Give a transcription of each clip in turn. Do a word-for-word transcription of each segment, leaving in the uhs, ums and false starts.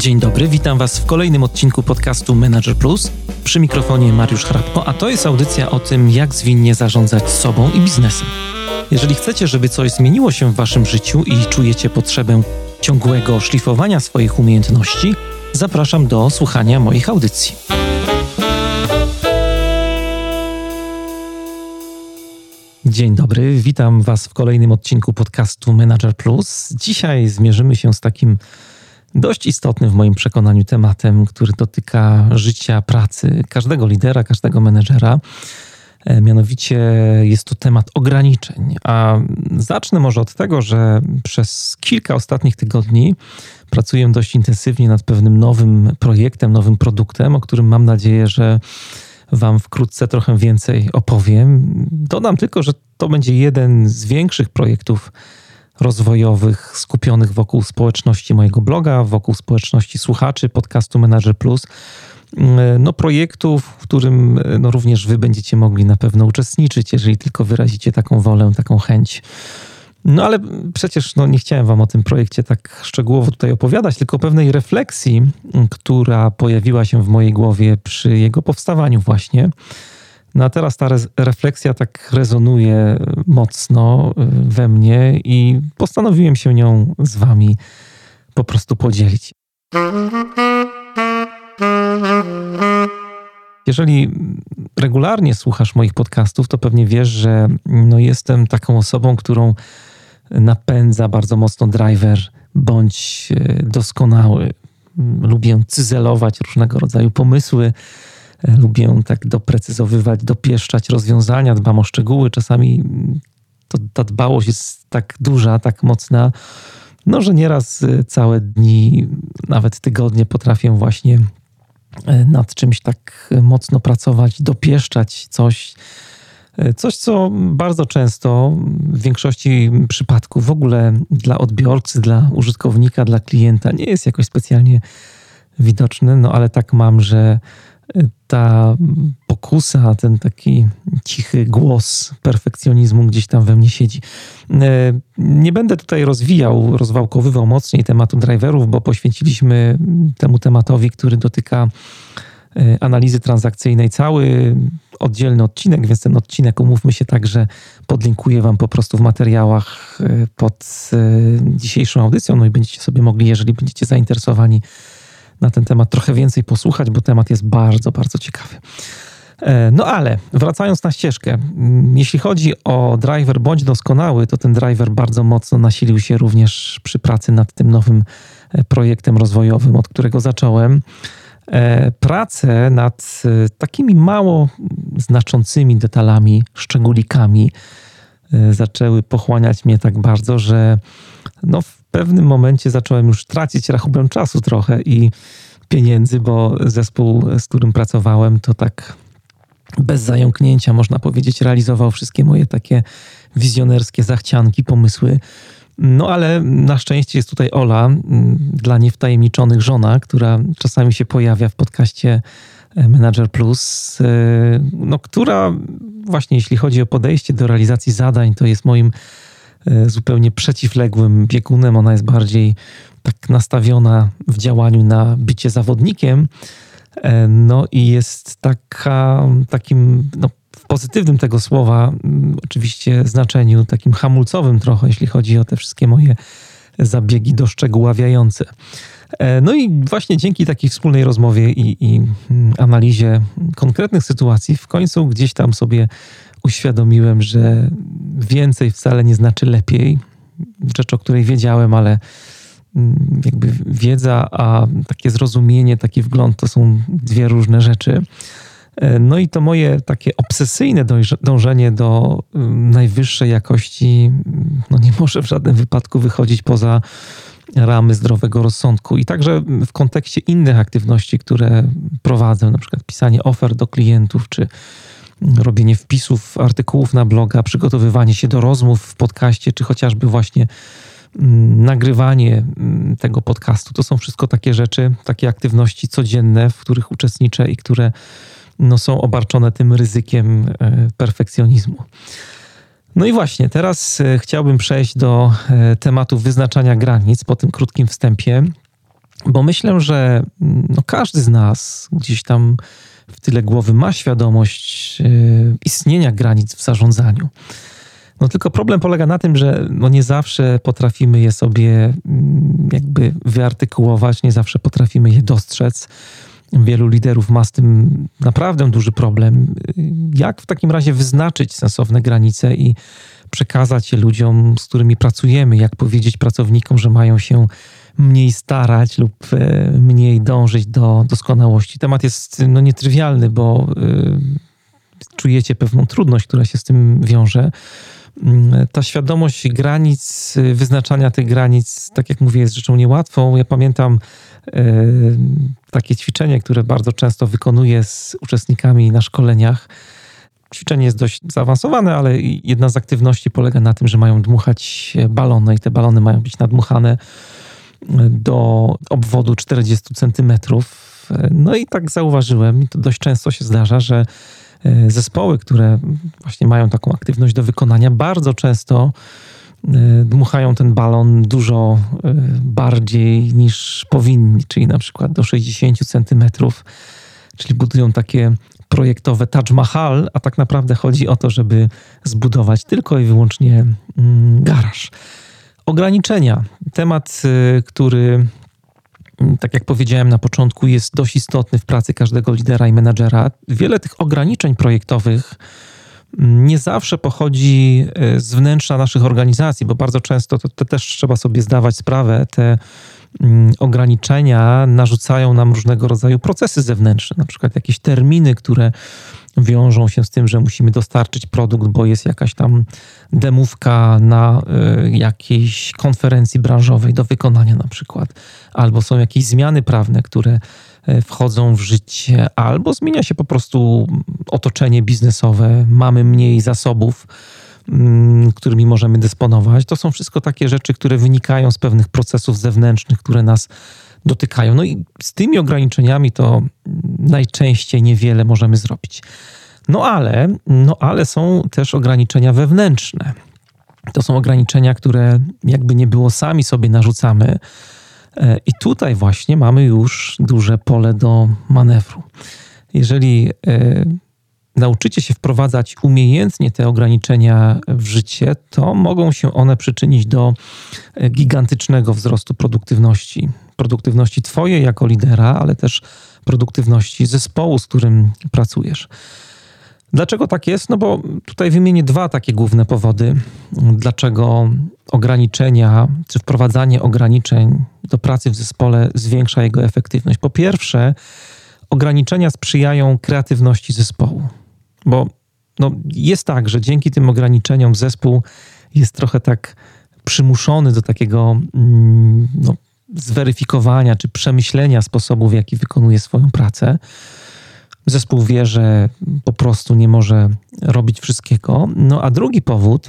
Dzień dobry, witam Was w kolejnym odcinku podcastu Manager Plus. Przy mikrofonie Mariusz Hrabko, a to jest audycja o tym, jak zwinnie zarządzać sobą i biznesem. Jeżeli chcecie, żeby coś zmieniło się w Waszym życiu i czujecie potrzebę ciągłego szlifowania swoich umiejętności, zapraszam do słuchania moich audycji. Dzień dobry, witam Was w kolejnym odcinku podcastu Manager Plus. Dzisiaj zmierzymy się z takim dość istotnym w moim przekonaniu tematem, który dotyka życia, pracy każdego lidera, każdego menedżera. Mianowicie jest to temat ograniczeń. A zacznę może od tego, że przez kilka ostatnich tygodni pracuję dość intensywnie nad pewnym nowym projektem, nowym produktem, o którym mam nadzieję, że Wam wkrótce trochę więcej opowiem. Dodam tylko, że to będzie jeden z większych projektów rozwojowych skupionych wokół społeczności mojego bloga, wokół społeczności słuchaczy podcastu Manager Plus. No projektu, w którym no również Wy będziecie mogli na pewno uczestniczyć, jeżeli tylko wyrazicie taką wolę, taką chęć. No ale przecież no, nie chciałem Wam o tym projekcie tak szczegółowo tutaj opowiadać, tylko o pewnej refleksji, która pojawiła się w mojej głowie przy jego powstawaniu właśnie. No a teraz ta re- refleksja tak rezonuje mocno we mnie i postanowiłem się nią z Wami po prostu podzielić. Jeżeli regularnie słuchasz moich podcastów, to pewnie wiesz, że no jestem taką osobą, którą napędza bardzo mocno driver bądź doskonały. Lubię cyzelować różnego rodzaju pomysły, lubię tak doprecyzowywać, dopieszczać rozwiązania, dbam o szczegóły. Czasami to, ta dbałość jest tak duża, tak mocna, no, że nieraz całe dni, nawet tygodnie potrafię właśnie nad czymś tak mocno pracować, dopieszczać coś, coś, co bardzo często w większości przypadków w ogóle dla odbiorcy, dla użytkownika, dla klienta nie jest jakoś specjalnie widoczne, no ale tak mam, że ta pokusa, ten taki cichy głos perfekcjonizmu gdzieś tam we mnie siedzi. Nie będę tutaj rozwijał, rozwałkowywał mocniej tematu driverów, bo poświęciliśmy temu tematowi, który dotyka analizy transakcyjnej, cały oddzielny odcinek, więc ten odcinek, umówmy się tak, że podlinkuję Wam po prostu w materiałach pod dzisiejszą audycją, no i będziecie sobie mogli, jeżeli będziecie zainteresowani, na ten temat trochę więcej posłuchać, bo temat jest bardzo, bardzo ciekawy. No ale wracając na ścieżkę, jeśli chodzi o driver bądź doskonały, to ten driver bardzo mocno nasilił się również przy pracy nad tym nowym projektem rozwojowym, od którego zacząłem. Pracę nad takimi mało znaczącymi detalami, szczególikami zaczęły pochłaniać mnie tak bardzo, że no w pewnym momencie zacząłem już tracić rachubę czasu trochę i pieniędzy, bo zespół, z którym pracowałem, to tak bez zająknięcia, można powiedzieć, realizował wszystkie moje takie wizjonerskie zachcianki, pomysły. No ale na szczęście jest tutaj Ola, dla niewtajemniczonych żona, która czasami się pojawia w podcaście Manager Plus, no, która właśnie jeśli chodzi o podejście do realizacji zadań, to jest moim zupełnie przeciwległym biegunem. Ona jest bardziej tak nastawiona w działaniu na bycie zawodnikiem. No i jest taka, takim, no, w pozytywnym tego słowa, oczywiście znaczeniu, takim hamulcowym trochę, jeśli chodzi o te wszystkie moje zabiegi doszczegóławiające. No i właśnie dzięki takiej wspólnej rozmowie i, i analizie konkretnych sytuacji w końcu gdzieś tam sobie uświadomiłem, że więcej wcale nie znaczy lepiej. Rzecz, o której wiedziałem, ale jakby wiedza, a takie zrozumienie, taki wgląd to są dwie różne rzeczy. No i to moje takie obsesyjne dążenie do najwyższej jakości no nie może w żadnym wypadku wychodzić poza ramy zdrowego rozsądku. I także w kontekście innych aktywności, które prowadzę, na przykład pisanie ofert do klientów, czy robienie wpisów, artykułów na bloga, przygotowywanie się do rozmów w podcaście, czy chociażby właśnie nagrywanie tego podcastu. To są wszystko takie rzeczy, takie aktywności codzienne, w których uczestniczę i które no, są obarczone tym ryzykiem perfekcjonizmu. No i właśnie, teraz chciałbym przejść do tematu wyznaczania granic po tym krótkim wstępie. Bo myślę, że no każdy z nas gdzieś tam w tyle głowy ma świadomość yy, istnienia granic w zarządzaniu. No tylko problem polega na tym, że no nie zawsze potrafimy je sobie yy, jakby wyartykułować, nie zawsze potrafimy je dostrzec. Wielu liderów ma z tym naprawdę duży problem. Jak w takim razie wyznaczyć sensowne granice i przekazać je ludziom, z którymi pracujemy? Jak powiedzieć pracownikom, że mają się mniej starać lub mniej dążyć do doskonałości? Temat jest no, nietrywialny, bo y, czujecie pewną trudność, która się z tym wiąże. Ta świadomość granic, wyznaczania tych granic, tak jak mówię, jest rzeczą niełatwą. Ja pamiętam y, takie ćwiczenie, które bardzo często wykonuję z uczestnikami na szkoleniach. Ćwiczenie jest dość zaawansowane, ale jedna z aktywności polega na tym, że mają dmuchać balony i te balony mają być nadmuchane do obwodu czterdzieści centymetrów. No i tak zauważyłem, i to dość często się zdarza, że zespoły, które właśnie mają taką aktywność do wykonania, bardzo często dmuchają ten balon dużo bardziej niż powinni, czyli na przykład do sześćdziesiąt centymetrów, czyli budują takie projektowe Taj Mahal, a tak naprawdę chodzi o to, żeby zbudować tylko i wyłącznie garaż. Ograniczenia. Temat, który, tak jak powiedziałem na początku, jest dość istotny w pracy każdego lidera i menadżera. Wiele tych ograniczeń projektowych nie zawsze pochodzi z wnętrza naszych organizacji, bo bardzo często to, to też trzeba sobie zdawać sprawę, te ograniczenia narzucają nam różnego rodzaju procesy zewnętrzne, na przykład jakieś terminy, które wiążą się z tym, że musimy dostarczyć produkt, bo jest jakaś tam demówka na y, jakiejś konferencji branżowej do wykonania na przykład, albo są jakieś zmiany prawne, które y, wchodzą w życie, albo zmienia się po prostu otoczenie biznesowe, mamy mniej zasobów, którymi możemy dysponować. To są wszystko takie rzeczy, które wynikają z pewnych procesów zewnętrznych, które nas dotykają. No i z tymi ograniczeniami to najczęściej niewiele możemy zrobić. No ale, no ale są też ograniczenia wewnętrzne. To są ograniczenia, które jakby nie było sami sobie narzucamy. I tutaj właśnie mamy już duże pole do manewru. Jeżeli nauczycie się wprowadzać umiejętnie te ograniczenia w życie, to mogą się one przyczynić do gigantycznego wzrostu produktywności. Produktywności twojej jako lidera, ale też produktywności zespołu, z którym pracujesz. Dlaczego tak jest? No bo tutaj wymienię dwa takie główne powody, dlaczego ograniczenia, czy wprowadzanie ograniczeń do pracy w zespole zwiększa jego efektywność. Po pierwsze, ograniczenia sprzyjają kreatywności zespołu, bo no, jest tak, że dzięki tym ograniczeniom zespół jest trochę tak przymuszony do takiego no, zweryfikowania czy przemyślenia sposobu, w jaki wykonuje swoją pracę. Zespół wie, że po prostu nie może robić wszystkiego. No a drugi powód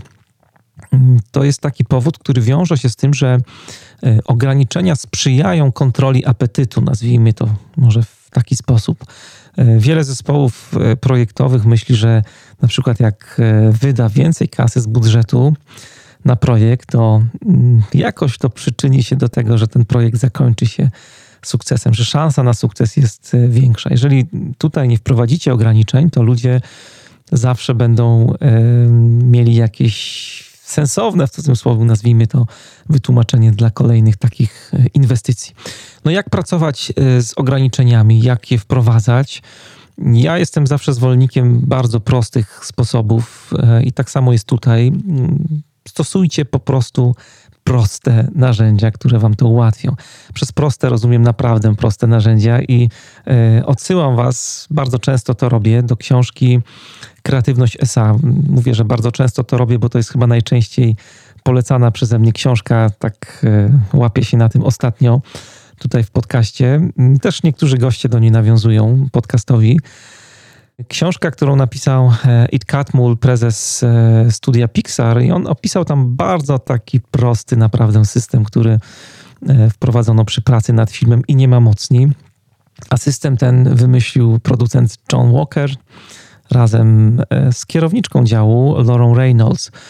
to jest taki powód, który wiąże się z tym, że ograniczenia sprzyjają kontroli apetytu, nazwijmy to może w taki sposób. Wiele zespołów projektowych myśli, że na przykład jak wyda więcej kasy z budżetu na projekt, to jakoś to przyczyni się do tego, że ten projekt zakończy się sukcesem, że szansa na sukces jest większa. Jeżeli tutaj nie wprowadzicie ograniczeń, to ludzie zawsze będą y, mieli jakieś sensowne, w cudzysłowie nazwijmy to, wytłumaczenie dla kolejnych takich inwestycji. No jak pracować z ograniczeniami, jak je wprowadzać? Ja jestem zawsze zwolennikiem bardzo prostych sposobów i tak samo jest tutaj. Stosujcie po prostu proste narzędzia, które wam to ułatwią. Przez proste rozumiem naprawdę proste narzędzia i y, odsyłam was, bardzo często to robię, do książki Kreatywność S A. Mówię, że bardzo często to robię, bo to jest chyba najczęściej polecana przeze mnie książka, tak y, łapię się na tym ostatnio tutaj w podcaście. Też niektórzy goście do niej nawiązują, podcastowi. Książka, którą napisał Ed Catmull, prezes studia Pixar, i on opisał tam bardzo taki prosty naprawdę system, który wprowadzono przy pracy nad filmem I nie ma mocni. A system ten wymyślił producent John Walker razem z kierowniczką działu Laurą Reynolds.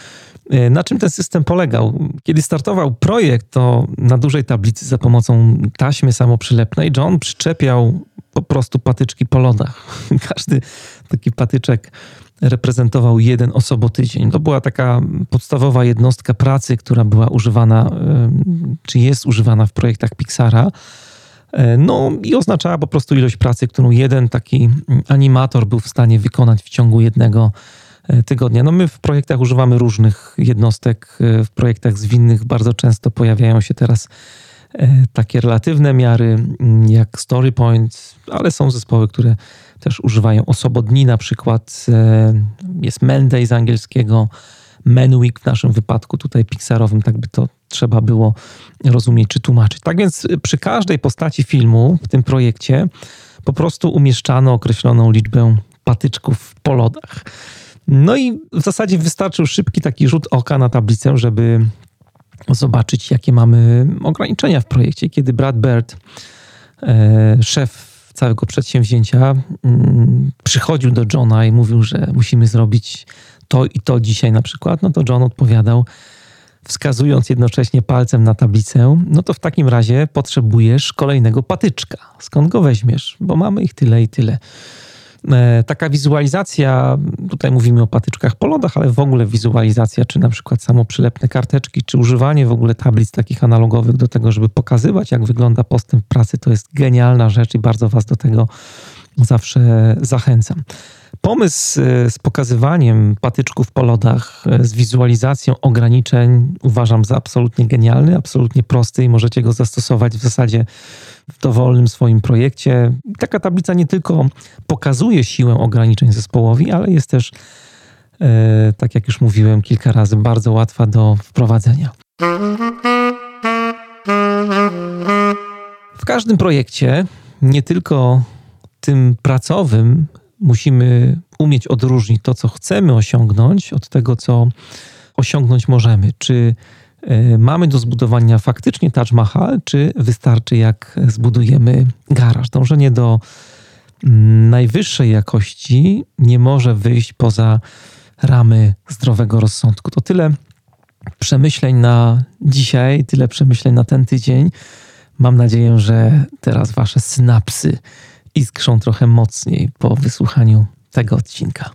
Na czym ten system polegał? Kiedy startował projekt, to na dużej tablicy za pomocą taśmy samoprzylepnej John przyczepiał po prostu patyczki po lodach. Każdy taki patyczek reprezentował jeden osobotydzień. To była taka podstawowa jednostka pracy, która była używana, czy jest używana w projektach Pixara. No i oznaczała po prostu ilość pracy, którą jeden taki animator był w stanie wykonać w ciągu jednego tygodnia. No my w projektach używamy różnych jednostek. W projektach zwinnych bardzo często pojawiają się teraz takie relatywne miary jak StoryPoint, ale są zespoły, które też używają osobodni, na przykład jest Manday z angielskiego, Manweek w naszym wypadku tutaj pixarowym, tak by to trzeba było rozumieć czy tłumaczyć. Tak więc przy każdej postaci filmu w tym projekcie po prostu umieszczano określoną liczbę patyczków po lodach. No i w zasadzie wystarczył szybki taki rzut oka na tablicę, żeby zobaczyć, jakie mamy ograniczenia w projekcie. Kiedy Brad Bird, szef całego przedsięwzięcia, przychodził do Johna i mówił, że musimy zrobić to i to dzisiaj na przykład, no to John odpowiadał, wskazując jednocześnie palcem na tablicę, no to w takim razie potrzebujesz kolejnego patyczka. Skąd go weźmiesz? Bo mamy ich tyle i tyle. Taka wizualizacja, tutaj mówimy o patyczkach po lodach, ale w ogóle wizualizacja, czy na przykład samoprzylepne karteczki, czy używanie w ogóle tablic takich analogowych do tego, żeby pokazywać, jak wygląda postęp pracy, to jest genialna rzecz i bardzo was do tego zawsze zachęcam. Pomysł z pokazywaniem patyczków po lodach, z wizualizacją ograniczeń uważam za absolutnie genialny, absolutnie prosty i możecie go zastosować w zasadzie w dowolnym swoim projekcie. Taka tablica nie tylko pokazuje siłę ograniczeń zespołowi, ale jest też, e, tak jak już mówiłem kilka razy, bardzo łatwa do wprowadzenia. W każdym projekcie, nie tylko tym pracowym, musimy umieć odróżnić to, co chcemy osiągnąć, od tego, co osiągnąć możemy. Czy y, mamy do zbudowania faktycznie Taj Mahal, czy wystarczy, jak zbudujemy garaż. Dążenie do y, najwyższej jakości nie może wyjść poza ramy zdrowego rozsądku. To tyle przemyśleń na dzisiaj, tyle przemyśleń na ten tydzień. Mam nadzieję, że teraz wasze synapsy iskrzą trochę mocniej po wysłuchaniu tego odcinka.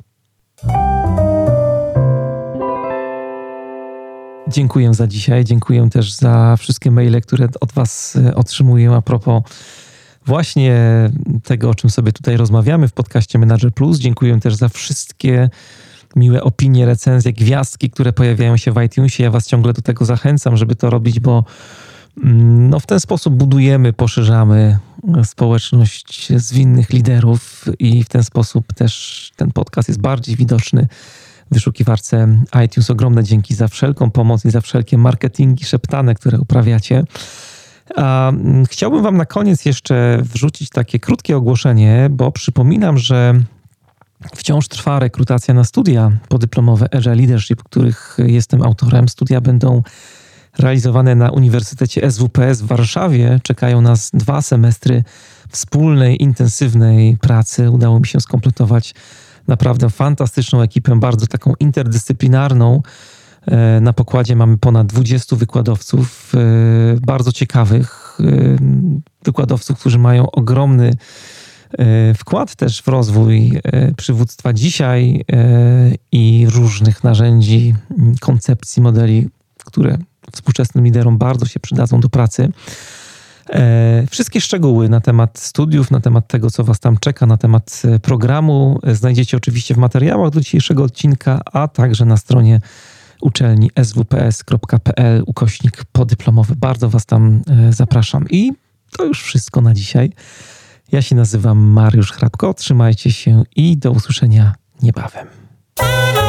Dziękuję za dzisiaj. Dziękuję też za wszystkie maile, które od was otrzymuję a propos właśnie tego, o czym sobie tutaj rozmawiamy w podcaście Manager Plus. Dziękuję też za wszystkie miłe opinie, recenzje, gwiazdki, które pojawiają się w iTunesie. Ja was ciągle do tego zachęcam, żeby to robić, bo no w ten sposób budujemy, poszerzamy społeczność zwinnych liderów i w ten sposób też ten podcast jest bardziej widoczny w wyszukiwarce iTunes. Ogromne dzięki za wszelką pomoc i za wszelkie marketingi szeptane, które uprawiacie. A chciałbym wam na koniec jeszcze wrzucić takie krótkie ogłoszenie, bo przypominam, że wciąż trwa rekrutacja na studia podyplomowe Agile Leadership, których jestem autorem. Studia będą realizowane na Uniwersytecie S W P S w Warszawie. Czekają nas dwa semestry wspólnej, intensywnej pracy. Udało mi się skompletować naprawdę fantastyczną ekipę, bardzo taką interdyscyplinarną. Na pokładzie mamy ponad dwudziestu wykładowców, bardzo ciekawych wykładowców, którzy mają ogromny wkład też w rozwój przywództwa dzisiaj i różnych narzędzi, koncepcji, modeli, które współczesnym liderom bardzo się przydadzą do pracy. Wszystkie szczegóły na temat studiów, na temat tego, co was tam czeka, na temat programu znajdziecie oczywiście w materiałach do dzisiejszego odcinka, a także na stronie uczelni s w p s kropka p l ukośnik podyplomowy. Bardzo was tam zapraszam. I to już wszystko na dzisiaj. Ja się nazywam Mariusz Hrabko. Trzymajcie się i do usłyszenia niebawem.